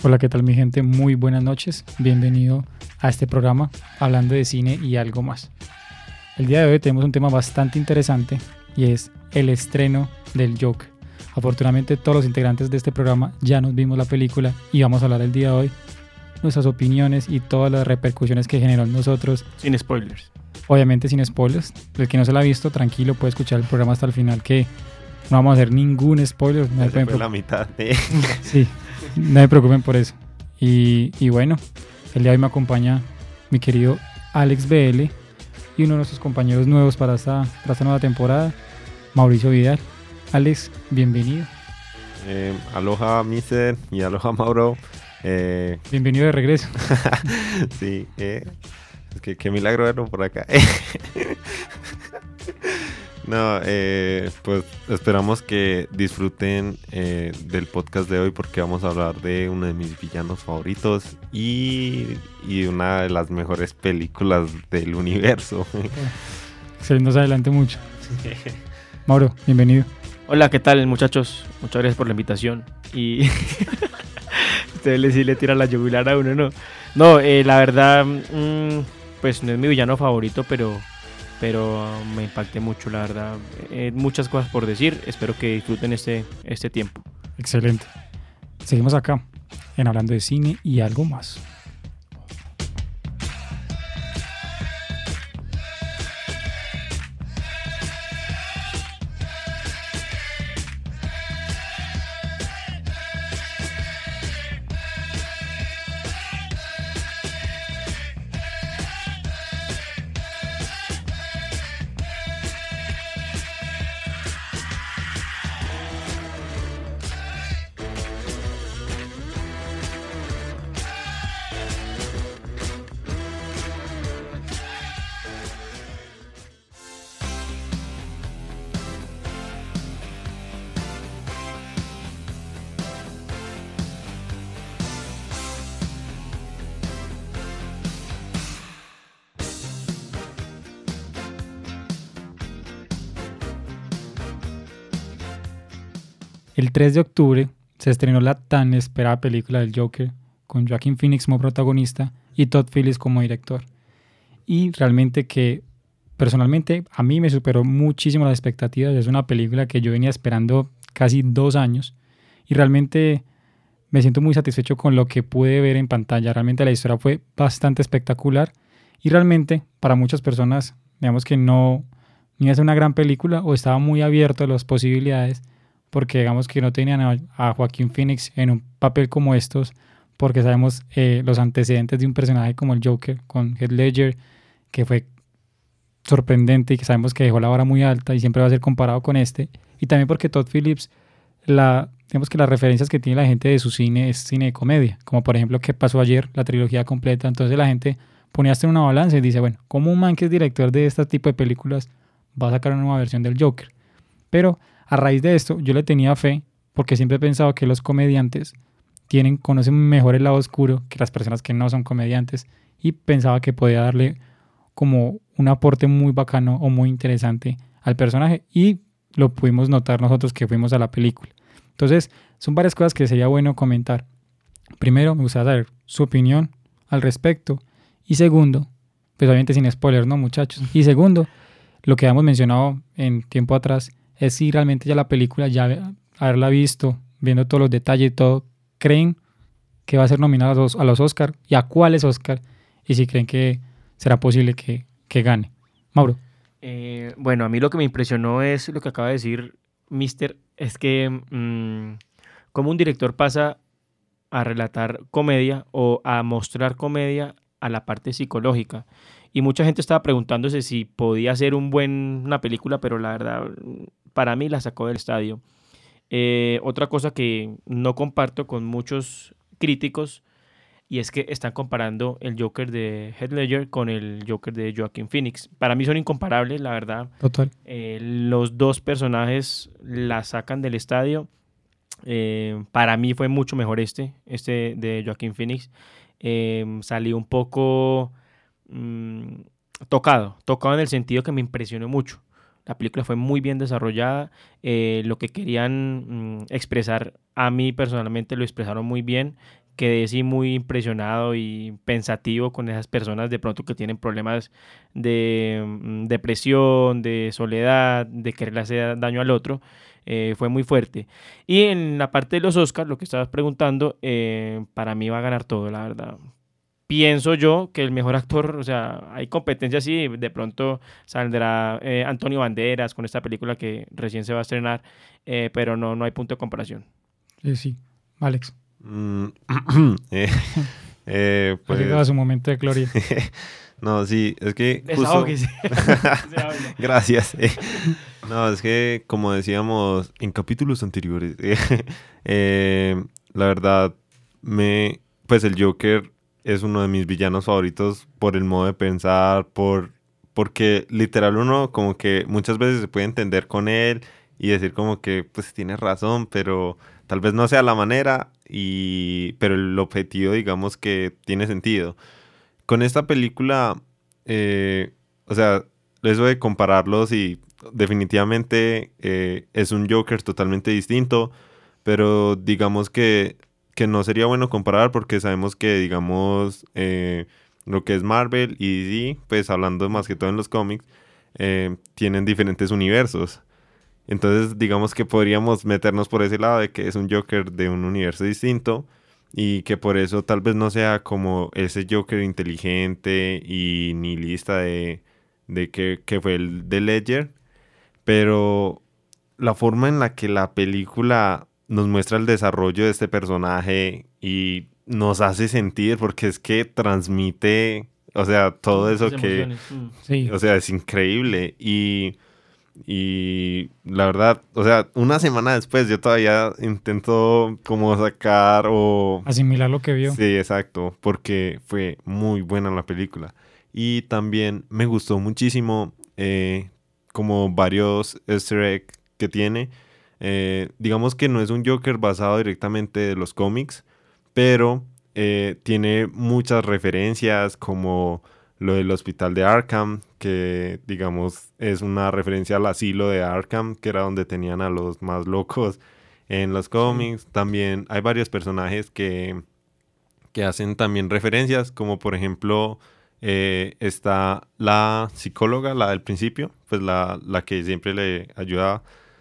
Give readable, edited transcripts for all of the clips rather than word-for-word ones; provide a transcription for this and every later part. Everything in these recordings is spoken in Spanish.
Hola, ¿qué tal mi gente? Muy buenas noches. Bienvenido a este programa hablando de cine y algo más. El día de hoy tenemos un tema bastante interesante y es el estreno del Joker. Afortunadamente todos los integrantes de este programa ya nos vimos la película y vamos a hablar el día de hoy nuestras opiniones y todas las repercusiones que generó en nosotros. Sin spoilers. Obviamente sin spoilers. El que no se la ha visto, tranquilo, puede escuchar el programa hasta el final que no vamos a hacer ningún spoiler. No fue la mitad de... Sí, no me preocupen por eso. Y bueno, el día de hoy me acompaña mi querido Alex BL y uno de nuestros compañeros nuevos para esta nueva temporada, Mauricio Vidal. Alex, bienvenido. Aloha Mister y aloha Mauro. Bienvenido de regreso. Sí, es que qué milagro verlo por acá. No, pues esperamos que disfruten del podcast de hoy porque vamos a hablar de uno de mis villanos favoritos y una de las mejores películas del universo. Se nos adelante mucho. Mauro, bienvenido. Hola, ¿qué tal, muchachos? Muchas gracias por la invitación. Y ustedes sí le tiran la yugular a uno, ¿no? No, la verdad, pues no es mi villano favorito, pero me impacté mucho, la verdad. Muchas cosas por decir. Espero que disfruten este tiempo. Excelente. Seguimos acá en Hablando de Cine y algo más. El 3 de octubre se estrenó la tan esperada película del Joker con Joaquin Phoenix como protagonista y Todd Phillips como director. Y realmente que personalmente a mí me superó muchísimo las expectativas. Es una película que yo venía esperando casi 2 años y realmente me siento muy satisfecho con lo que pude ver en pantalla. Realmente la historia fue bastante espectacular y realmente para muchas personas, digamos que no iba a ser una gran película o estaba muy abierto a las posibilidades porque digamos que no tenían a Joaquin Phoenix en un papel como estos, porque sabemos los antecedentes de un personaje como el Joker con Heath Ledger, que fue sorprendente y que sabemos que dejó la vara muy alta y siempre va a ser comparado con este, y también porque Todd Phillips, digamos que las referencias que tiene la gente de su cine es cine de comedia, como por ejemplo ¿Qué pasó ayer?, la trilogía completa. Entonces la gente ponía esto en una balanza y dice, bueno, ¿cómo un man que es director de este tipo de películas va a sacar una nueva versión del Joker? Pero a raíz de esto, yo le tenía fe porque siempre he pensado que los comediantes conocen mejor el lado oscuro que las personas que no son comediantes y pensaba que podía darle como un aporte muy bacano o muy interesante al personaje y lo pudimos notar nosotros que fuimos a la película. Entonces, son varias cosas que sería bueno comentar. Primero, me gustaría saber su opinión al respecto y segundo, pues obviamente sin spoilers, ¿no, muchachos? Y segundo, lo que habíamos mencionado en tiempo atrás es si realmente ya la película, ya haberla visto, viendo todos los detalles y todo, creen que va a ser nominada a los Oscar y a cuáles Oscar y si creen que será posible que gane. Mauro. Bueno, a mí lo que me impresionó es lo que acaba de decir Mister, es que cómo un director pasa a relatar comedia o a mostrar comedia a la parte psicológica. Y mucha gente estaba preguntándose si podía ser una película, pero la verdad, para mí la sacó del estadio. Otra cosa que no comparto con muchos críticos, y es que están comparando el Joker de Heath Ledger con el Joker de Joaquin Phoenix. Para mí son incomparables, la verdad. Total. Los dos personajes la sacan del estadio. Para mí fue mucho mejor este de Joaquin Phoenix. Salí un poco tocado en el sentido que me impresionó mucho. La película fue muy bien desarrollada, lo que querían expresar a mí personalmente lo expresaron muy bien, quedé sí muy impresionado y pensativo con esas personas de pronto que tienen problemas de depresión, de soledad, de querer hacer daño al otro. Fue muy fuerte. Y en la parte de los Oscars, lo que estabas preguntando, para mí va a ganar todo, la verdad. Pienso yo que el mejor actor, o sea, hay competencia, sí, de pronto saldrá Antonio Banderas con esta película que recién se va a estrenar, pero no hay punto de comparación. Sí, Alex. Pues... Ha llegado su momento de gloria. No, sí, es que Desahógese. Gracias. No, es que como decíamos en capítulos anteriores, la verdad, pues el Joker es uno de mis villanos favoritos por el modo de pensar, porque literal uno como que muchas veces se puede entender con él y decir como que pues tiene razón, pero tal vez no sea la manera, pero el objetivo digamos que tiene sentido. Con esta película, o sea, eso de compararlos y definitivamente es un Joker totalmente distinto, pero digamos que no sería bueno comparar porque sabemos que, digamos, lo que es Marvel y DC, pues hablando más que todo en los cómics, tienen diferentes universos. Entonces, digamos que podríamos meternos por ese lado de que es un Joker de un universo distinto y que por eso tal vez no sea como ese Joker inteligente y nihilista de que fue el de Ledger, pero la forma en la que la película nos muestra el desarrollo de este personaje y nos hace sentir, porque es que transmite, o sea, todo eso que, Sí. o sea, es increíble y la verdad, o sea, una semana después yo todavía intento como sacar o... asimilar lo que vio. Sí, exacto, porque fue muy buena la película. Y también me gustó muchísimo como varios easter eggs que tiene. Digamos que no es un Joker basado directamente de los cómics, pero tiene muchas referencias como lo del hospital de Arkham, que digamos es una referencia al asilo de Arkham, que era donde tenían a los más locos en los cómics. Sí. También hay varios personajes que hacen también referencias, como por ejemplo está la psicóloga, la del principio, pues la que siempre le ayudaba.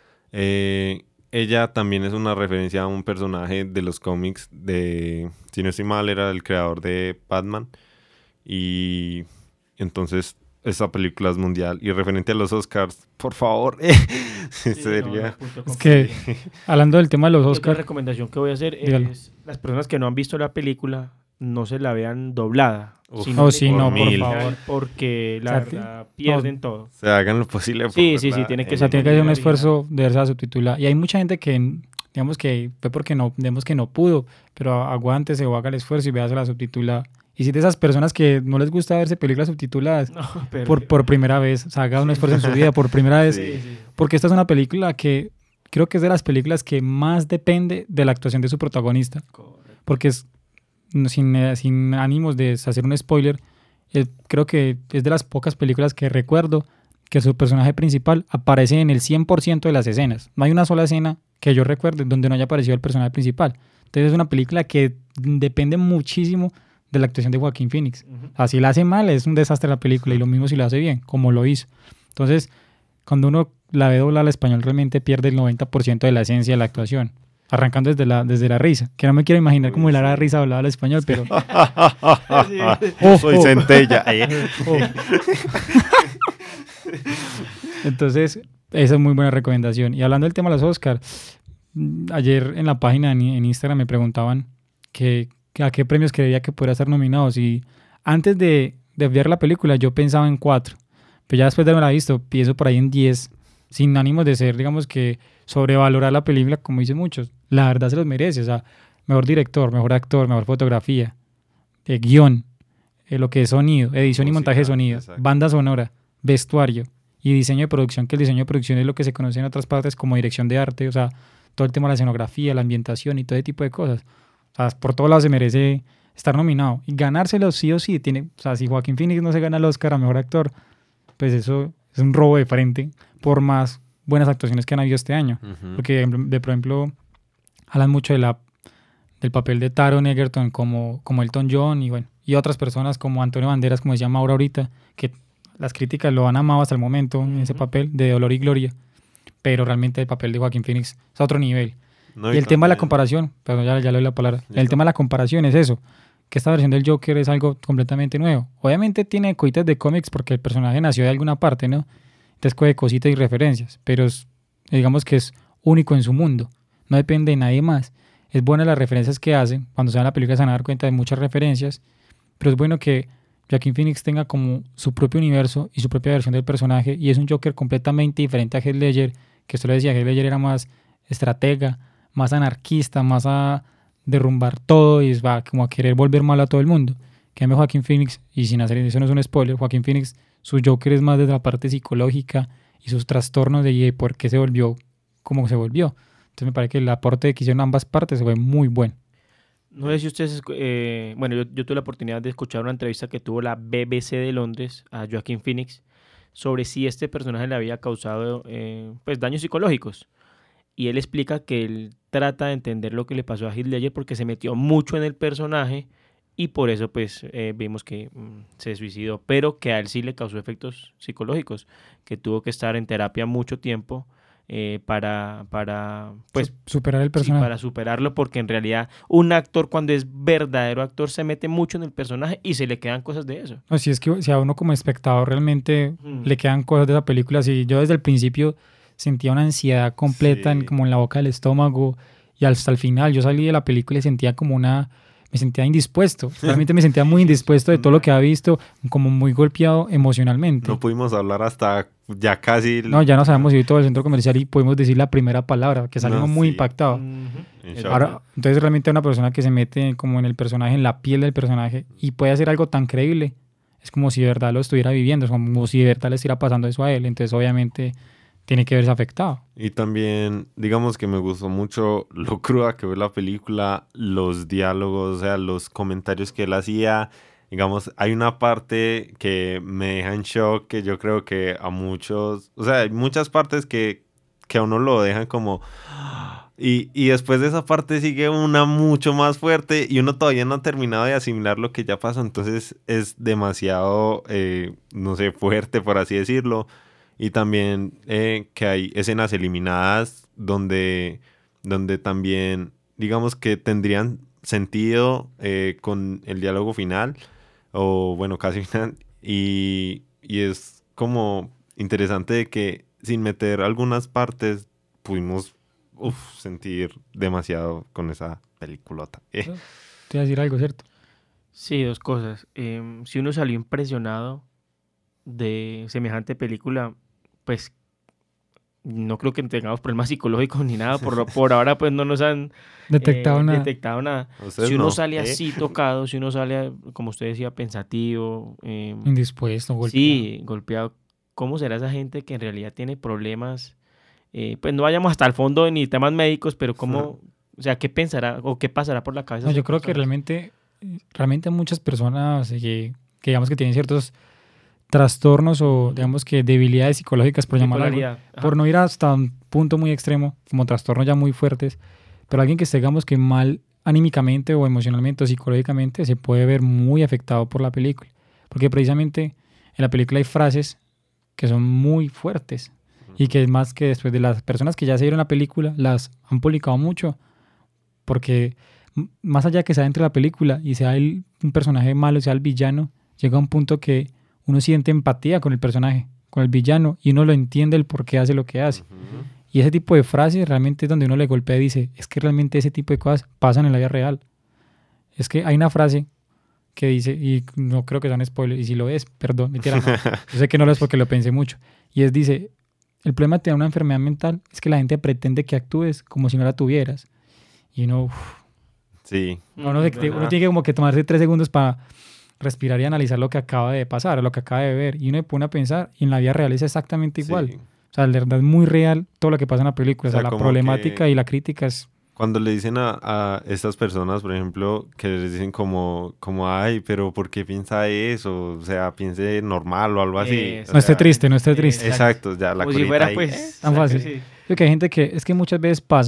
Ella también es una referencia a un personaje de los cómics de, si no estoy mal, era el creador de Batman. Y entonces esa película es mundial. Y referente a los Oscars, por favor, sería... Es que, hablando del tema de los Oscars... La recomendación que voy a hacer es las personas que no han visto la película no se la vean doblada. Uf, por favor. Porque la verdad pierden todo. O sea, hagan lo posible. Sí, tiene que ser. Tiene que hacer un esfuerzo de verse subtitular. Y hay mucha gente que, digamos que fue porque no pudo, pero aguántese o haga el esfuerzo y véase la subtitulada. Y si de esas personas que no les gusta verse películas subtituladas por primera vez, o sea, haga un esfuerzo en su vida por primera vez, sí. Porque esta es una película que creo que es de las películas que más depende de la actuación de su protagonista. Correcto. Porque es, sin ánimos de hacer un spoiler, creo que es de las pocas películas que recuerdo que su personaje principal aparece en el 100% de las escenas. No hay una sola escena que yo recuerde donde no haya aparecido el personaje principal. Entonces es una película que depende muchísimo de la actuación de Joaquín Phoenix. Así la hace mal, es un desastre la película, y lo mismo si la hace bien, como lo hizo. Entonces, cuando uno la ve doblada al español, realmente pierde el 90% de la esencia de la actuación. Arrancando desde la risa, que no me quiero imaginar cómo era la risa hablada al español, pero... Soy centella. Entonces, esa es muy buena recomendación. Y hablando del tema de los Oscars, ayer en la página en Instagram me preguntaban a qué premios creía que podría estar nominados, y antes de ver la película yo pensaba en 4, pero ya después de haberla visto pienso por ahí en 10, sin ánimos de ser, digamos que sobrevalorar la película como dicen muchos. La verdad se los merece, o sea, mejor director, mejor actor, mejor fotografía, guión, lo que es sonido, edición y montaje de sonido, exacto, banda sonora, vestuario y diseño de producción, que el diseño de producción es lo que se conoce en otras partes como dirección de arte, o sea, todo el tema de la escenografía, la ambientación y todo ese tipo de cosas. O sea, por todos lados se merece estar nominado. Y ganárselo sí o sí. O sea, si Joaquín Phoenix no se gana el Oscar a Mejor Actor, pues eso es un robo de frente, por más buenas actuaciones que han habido este año. Uh-huh. Porque, por ejemplo, hablan mucho de del papel de Taron Egerton como Elton John y bueno, y otras personas como Antonio Banderas, como decía Mauro ahorita, que las críticas lo han amado hasta el momento en ese papel de Dolor y Gloria, pero realmente el papel de Joaquín Phoenix es a otro nivel. No, y el tema de la también- comparación, perdón, ya le doy la palabra, Listo. el tema de la comparación es eso, que esta versión del Joker es algo completamente nuevo. Obviamente tiene cositas de cómics porque el personaje nació de alguna parte, ¿no? Entonces coge cositas y referencias, pero digamos que es único en su mundo, no depende de nadie más. Es buena las referencias que hacen, cuando se ve la película se van a dar cuenta de muchas referencias, pero es bueno que Joaquin Phoenix tenga como su propio universo y su propia versión del personaje, y es un Joker completamente diferente a Heath Ledger, que usted lo decía, Heath Ledger era más estratega, más anarquista, más a derrumbar todo y va como a querer volver malo a todo el mundo. Que a Joaquin Phoenix, y sin hacer eso no es un spoiler, Joaquin Phoenix, su Joker es más desde la parte psicológica y sus trastornos de por qué se volvió como se volvió. Entonces me parece que el aporte que hicieron ambas partes fue muy bueno. No sé si ustedes, bueno, yo tuve la oportunidad de escuchar una entrevista que tuvo la BBC de Londres a Joaquin Phoenix sobre si este personaje le había causado pues daños psicológicos. Y él explica que él trata de entender lo que le pasó a Heath Ledger porque se metió mucho en el personaje y por eso pues vimos que se suicidó, pero que a él sí le causó efectos psicológicos, que tuvo que estar en terapia mucho tiempo para pues Superar el sí, personaje. para superarlo, porque en realidad un actor cuando es verdadero actor se mete mucho en el personaje y se le quedan cosas de eso. No, si es que si a uno como espectador realmente Mm. le quedan cosas de esa película, si yo desde el principio sentía una ansiedad completa Sí. como en la boca del estómago y hasta el final yo salí de la película y sentía como me sentía indispuesto, realmente me sentía muy indispuesto de todo lo que había visto, como muy golpeado emocionalmente. No pudimos hablar hasta ya casi... No, ya nos habíamos ido todo el centro comercial y pudimos decir la primera palabra, que salimos No, muy sí. impactados. En shock. Ahora, entonces realmente una persona que se mete como en el personaje, en la piel del personaje y puede hacer algo tan creíble, es como si de verdad lo estuviera viviendo, es como si de verdad le estuviera pasando eso a él, entonces obviamente tiene que verse afectado. Y también, digamos que me gustó mucho lo cruda que fue la película, los diálogos, o sea, los comentarios que él hacía. Digamos, hay una parte que me deja en shock, que yo creo que a muchos, o sea, hay muchas partes que a uno lo dejan como... Y después de esa parte sigue una mucho más fuerte y uno todavía no ha terminado de asimilar lo que ya pasó, entonces es demasiado, no sé, fuerte, por así decirlo. Y también que hay escenas eliminadas donde también, digamos que tendrían sentido con el diálogo final, o bueno, casi final. Y es como interesante de que sin meter algunas partes pudimos sentir demasiado con esa peliculota. Te voy a decir algo, ¿cierto? Sí, dos cosas. Si uno salió impresionado de semejante película, pues no creo que tengamos problemas psicológicos ni nada. Por ahora pues no nos han Detectado nada. detectado nada. Ustedes Si uno no, sale ¿eh? así tocado, si uno sale, como usted decía, pensativo, Indispuesto, golpeado. sí, golpeado, ¿cómo será esa gente que en realidad tiene problemas? Pues no vayamos hasta el fondo ni temas médicos, pero cómo, o sea, ¿qué pensará o qué pasará por la cabeza? No, de yo esas creo que personas? realmente muchas personas que digamos que tienen ciertos trastornos o digamos que debilidades psicológicas, por llamar algo, Bipolaridad, ajá. por no ir hasta un punto muy extremo, como trastornos ya muy fuertes, pero alguien que esté, digamos que mal anímicamente o emocionalmente o psicológicamente se puede ver muy afectado por la película, porque precisamente en la película hay frases que son muy fuertes y que es más que después de las personas que ya se vieron la película las han publicado mucho, porque más allá de que sea dentro de la película y sea un personaje malo, sea el villano, llega a un punto que uno siente empatía con el personaje, con el villano, y uno lo entiende el por qué hace lo que hace. Ujú. Y ese tipo de frases realmente es donde uno le golpea y dice, es que realmente ese tipo de cosas pasan en la vida real. Es que hay una frase que dice, y no creo que sea un spoiler, y si lo es, perdón, mentira, no. Yo sé que no lo es porque lo pensé mucho. Y dice, el problema de tener una enfermedad mental es que la gente pretende que actúes como si no la tuvieras. Y uno, Sí, uno ¿verdad? tiene que como que tomarse 3 segundos para respirar y analizar lo que acaba de pasar, lo que acaba de ver. Y uno se pone a pensar, y en la vida real es exactamente igual. sí. O sea, la verdad es muy real todo lo que pasa en la película. O sea, O sea, la como problemática que- y la crítica es... Cuando le dicen a estas personas, por ejemplo, que les dicen como, ay, pero ¿por qué piensa eso? O sea, piense normal o algo así. Eso. O No esté sea, triste, no esté triste. Exacto, ya la Como si curita fuera ahí. pues... Tan exacto, fácil. sí. Creo que hay gente que... Es que muchas veces pasa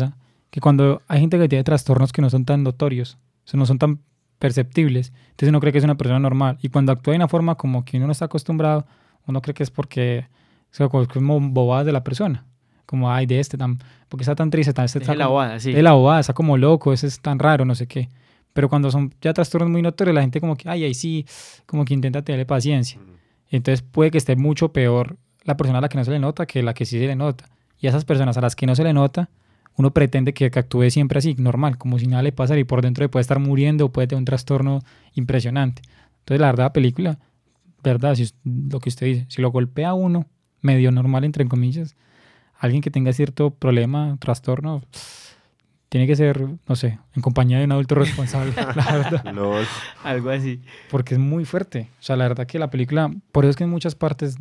que cuando hay gente que tiene trastornos que no son tan notorios, o sea, no son tan perceptibles, entonces uno cree que es una persona normal. Y cuando actúa de una forma como que uno no está acostumbrado, uno cree que es porque es como bobadas de la persona. Como, ay, de este, porque está tan triste, este está Es la como, bobada, sí. de la bobada, está como loco, ese es tan raro, no sé qué. Pero cuando son ya trastornos muy notorios, la gente como que, ay, ahí sí, como que intenta tenerle paciencia. Entonces puede que esté mucho peor la persona a la que no se le nota que la que sí se le nota. Y a esas personas a las que no se le nota, uno pretende que actúe siempre así, normal, como si nada le pasara y por dentro puede estar muriendo o puede tener un trastorno impresionante. Entonces la verdad, la película, verdad, si lo que usted dice, si lo golpea a uno, medio normal, entre comillas, alguien que tenga cierto problema, trastorno, tiene que ser, no sé, en compañía de un adulto responsable, la verdad. Algo así. Porque es muy fuerte. O sea, la verdad que la película, por eso es que en muchas partes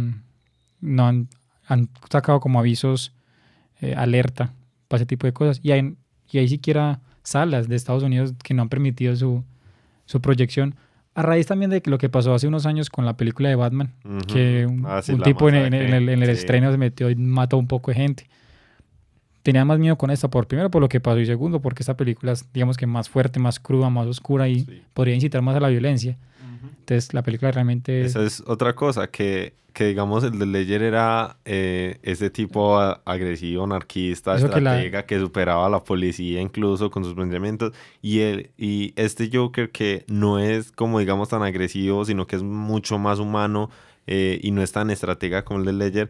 no han sacado como avisos, alerta para ese tipo de cosas. Y hay siquiera salas de Estados Unidos que no han permitido su proyección. A raíz también de lo que pasó hace unos años con la película de Batman, que un tipo en el estreno se metió y mató un poco de gente. Tenía más miedo con esta, primero por lo que pasó y segundo porque esta película es, digamos que más fuerte, más cruda, más oscura y podría incitar más a la violencia. Entonces la película realmente... Esa es otra cosa, que digamos el de Ledger era ese tipo agresivo, anarquista, estratega, que superaba a la policía incluso con sus pensamientos, y este Joker que no es como digamos tan agresivo, sino que es mucho más humano y no es tan estratega como el de Ledger,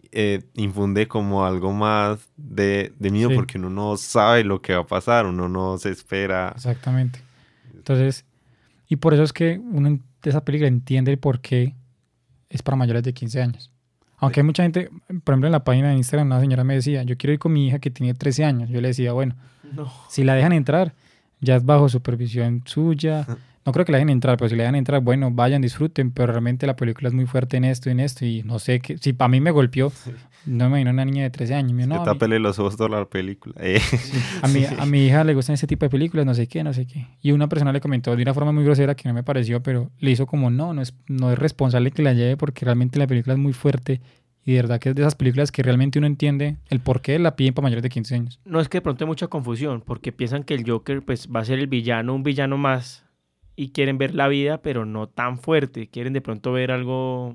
infunde como algo más de miedo porque uno no sabe lo que va a pasar, uno no se espera. Exactamente. Entonces, y por eso es que uno de esa película entiende el por qué es para mayores de 15 años. Aunque hay mucha gente, por ejemplo en la página de Instagram una señora me decía, yo quiero ir con mi hija que tiene 13 años. Yo le decía, bueno, si la dejan entrar, ya es bajo supervisión suya. No creo que la dejen entrar, pero si la dejan entrar, bueno, vayan, disfruten, pero realmente la película es muy fuerte en esto y no sé, si para mí me golpeó, no me imagino una niña de 13 años. No, tápele los ojos toda la película. Sí, a mi hija le gustan ese tipo de películas, no sé qué. Y una persona le comentó de una forma muy grosera que no me pareció, pero le hizo como, no es responsable que la lleve porque realmente la película es muy fuerte y de verdad que es de esas películas que realmente uno entiende el por qué la piden para mayores de 15 años. No, es que de pronto hay mucha confusión porque piensan que el Joker pues va a ser el villano, un villano más, y quieren ver la vida, pero no tan fuerte. Quieren de pronto ver algo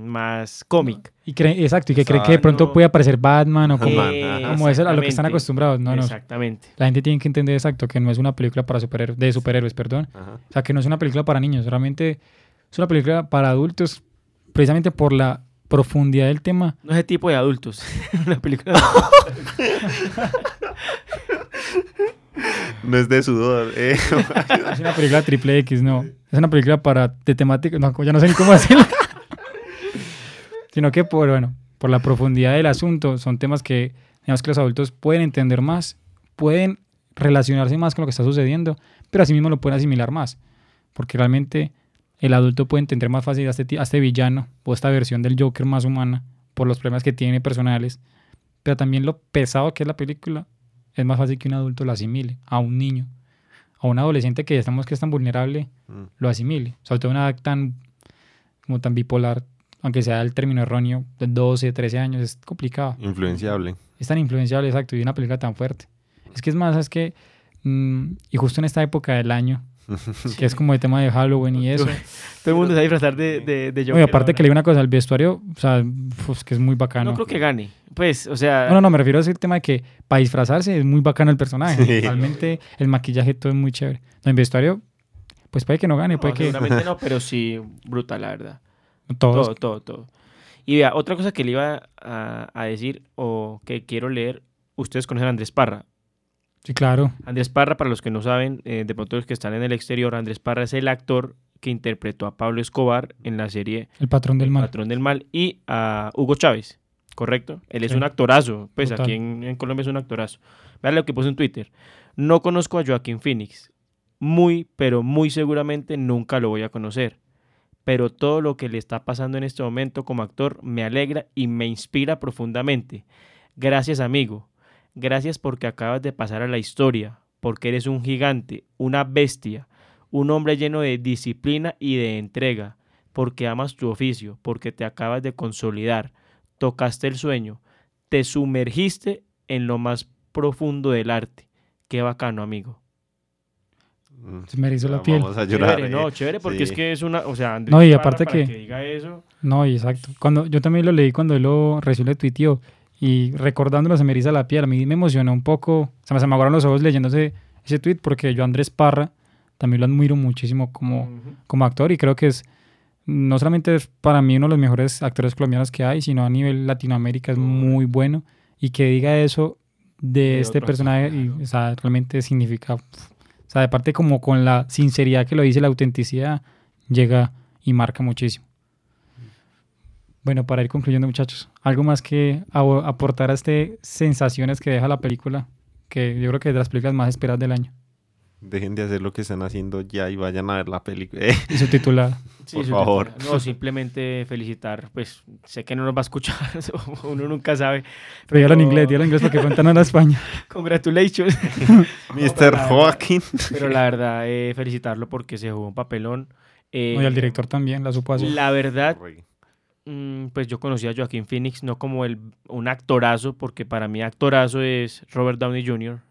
más cómic. Exacto, y que creen que de pronto puede aparecer Batman o como es a lo que están acostumbrados. No, exactamente. La gente tiene que entender exacto que no es una película para superhéroes, perdón. Ajá. O sea, que no es una película para niños. Realmente es una película para adultos, precisamente por la profundidad del tema. No es ese tipo de adultos. Una película no es de sudor. Es una película triple X, no. Es una película de temática, no, ya no sé ni cómo decirlo. Sino que por la profundidad del asunto, son temas que, digamos que los adultos pueden entender más, pueden relacionarse más con lo que está sucediendo, pero asimismo lo pueden asimilar más. Porque realmente el adulto puede entender más fácil a este villano o esta versión del Joker más humana por los problemas que tiene personales, pero también lo pesado que es la película. Es más fácil que un adulto lo asimile, a un niño, a un adolescente que ya estamos que es tan vulnerable, lo asimile. Sobre todo una edad tan bipolar, aunque sea el término erróneo, de 12, 13 años, es complicado. Influenciable. Es tan influenciable, exacto, y una película tan fuerte. Es que es más, y justo en esta época del año, que es como el tema de Halloween y eso. Todo el mundo se va a disfrazar de Joker. Oye, aparte ahora. que le digo una cosa, el vestuario, o sea, que es muy bacano. No creo que gane. Pues, o sea... No, me refiero a ese tema de que para disfrazarse es muy bacano el personaje. Sí. Realmente el maquillaje todo es muy chévere. No, el vestuario, pues puede que no gane, puede que... Seguramente no, pero sí brutal, la verdad. Todos. Todo. Y vea, otra cosa que le iba a decir o que quiero leer, ustedes conocen a Andrés Parra. Sí, claro. Andrés Parra, para los que no saben, de pronto los que están en el exterior, Andrés Parra es el actor que interpretó a Pablo Escobar en la serie El Patrón del Mal. Patrón del Mal y a Hugo Chávez, ¿correcto? Él es un actorazo, pues total. Aquí en Colombia es un actorazo. Vean lo que puso en Twitter. No conozco a Joaquín Phoenix. Pero muy seguramente nunca lo voy a conocer. Pero todo lo que le está pasando en este momento como actor me alegra y me inspira profundamente. Gracias, amigo. Gracias porque acabas de pasar a la historia, porque eres un gigante, una bestia, un hombre lleno de disciplina y de entrega, porque amas tu oficio, porque te acabas de consolidar, tocaste el sueño, te sumergiste en lo más profundo del arte. Qué bacano, amigo. Se me erizó la piel. Vamos a llorar. Chévere, no, chévere, porque Sí. es que es una, o sea, Andrés No, y Parra, aparte para que- diga eso, No, y exacto. Cuando yo también lo leí cuando él lo recién lo tuiteó y recordándolo se me eriza la piel. A mí me emocionó un poco, se me aguaron los ojos leyendo ese tweet porque yo a Andrés Parra también lo admiro muchísimo como actor y creo que es no solamente es para mí uno de los mejores actores colombianos que hay, sino a nivel Latinoamérica es muy bueno y que diga eso de este otro personaje actor, claro. o sea, realmente significa, o sea, de parte como con la sinceridad que lo dice, la autenticidad llega y marca muchísimo. Bueno, para ir concluyendo, muchachos, algo más que aportar a sensaciones que deja la película, que yo creo que es de las películas más esperadas del año. Dejen de hacer lo que están haciendo ya y vayan a ver la película. Y subtitulada. Sí, Por su favor. titular. No, simplemente felicitar, pues sé que no nos va a escuchar, uno nunca sabe. Pero dígalo en inglés porque cuentan a España. Congratulations. Mr. Joaquín. Pero la verdad, felicitarlo porque se jugó un papelón. No, y al director también la supo hacer. La verdad, pues yo conocí a Joaquín Phoenix no como un actorazo, porque para mí actorazo es Robert Downey Jr.,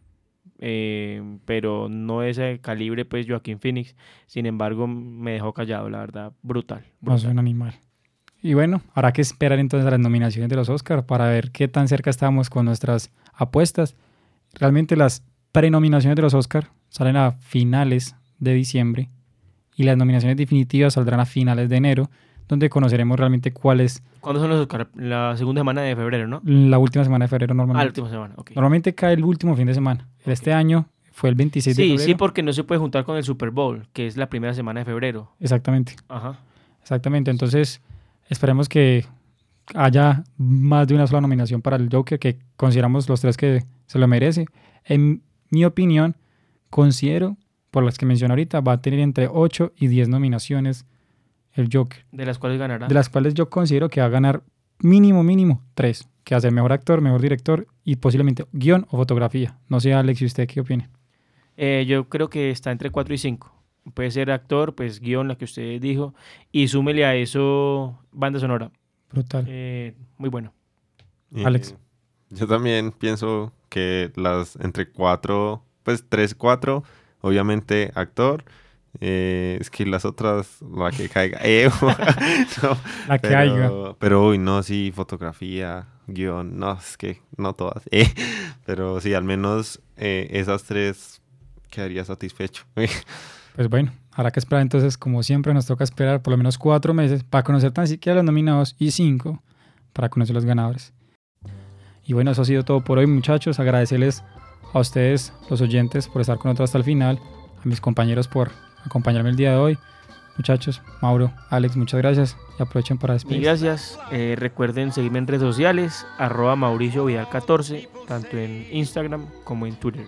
pero no de ese calibre, pues Joaquín Phoenix. Sin embargo, me dejó callado, la verdad, brutal. No, soy un animal. Y bueno, habrá que esperar entonces a las nominaciones de los Oscar para ver qué tan cerca estamos con nuestras apuestas. Realmente las prenominaciones de los Oscar salen a finales de diciembre y las nominaciones definitivas saldrán a finales de enero, donde conoceremos realmente cuál es ¿Cuándo son los Oscar? La segunda semana de febrero, ¿no? la última semana de febrero normalmente. La última semana, ok. Normalmente cae el último fin de semana. Este año fue el 26 de Sí, febrero. sí, porque no se puede juntar con el Super Bowl, que es la primera semana de febrero. Exactamente. Ajá. Exactamente, entonces esperemos que haya más de una sola nominación para el Joker, que consideramos los tres que se lo merece. En mi opinión, considero, por las que mencioné ahorita, va a tener entre 8 y 10 nominaciones el Joker, De las cuales ganará. de las cuales yo considero que va a ganar mínimo 3, que va a ser mejor actor, mejor director y posiblemente guión o fotografía. No sé, Alex, ¿y usted qué opina? Yo creo que está entre 4 y 5. Puede ser actor, pues guión, la que usted dijo, y súmele a eso banda sonora. Brutal. Muy bueno. Alex. Yo también pienso que las entre 4, pues 3, 4, obviamente actor. Es que las otras, la que caiga. No, La que haya. pero uy, no, sí, fotografía, guión, no, es que no todas. Pero sí, al menos esas 3 quedaría satisfecho. Pues bueno, habrá que esperar entonces, como siempre, nos toca esperar por lo menos 4 meses para conocer tan siquiera los nominados y 5 para conocer los ganadores. Y bueno, eso ha sido todo por hoy, muchachos. Agradecerles a ustedes, los oyentes, por estar con nosotros hasta el final, a mis compañeros por acompañarme el día de hoy. Muchachos, Mauro, Alex, muchas gracias y aprovechen para Mil despedirse. gracias. Recuerden seguirme en redes sociales, @MauricioVidal14, tanto en Instagram como en Twitter.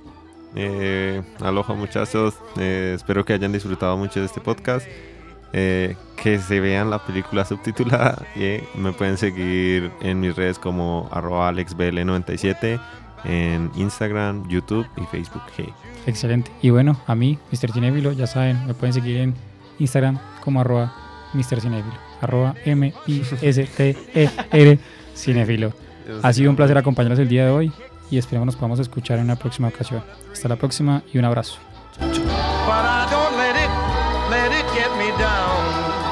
Aloha, muchachos. Espero que hayan disfrutado mucho de este podcast. Que se vean la película subtitulada. Me pueden seguir en mis redes como @AlexBL97 en Instagram, YouTube y Facebook. Excelente. Y bueno, a mí, Mr. Cinéfilo, ya saben, me pueden seguir en Instagram como @Mr. Cinéfilo, @MISTER Cinéfilo. Ha sido un placer acompañarnos el día de hoy y esperemos nos podamos escuchar en una próxima ocasión. Hasta la próxima y un abrazo. But I don't let it get me down.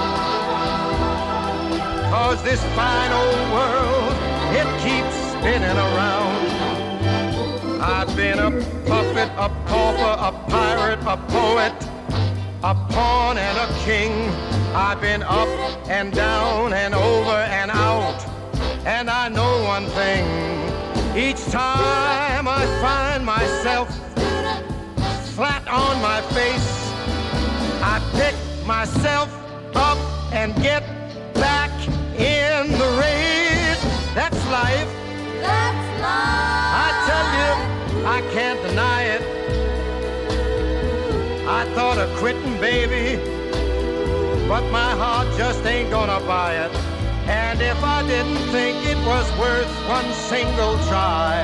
'Cause this fine old world, it keeps spinning around. I've been a puppet, a pauper, a pirate, a poet, a pawn and a king. I've been up and down and over and out. And I know one thing, each time I find myself flat on my face, I pick myself up and get back in the race. That's life. That's life. I tell you, I can't deny it. I thought of quitting, baby, but my heart just ain't gonna buy it. And if I didn't think it was worth one single try,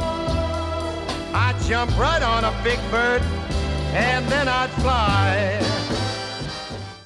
I'd jump right on a big bird and then I'd fly.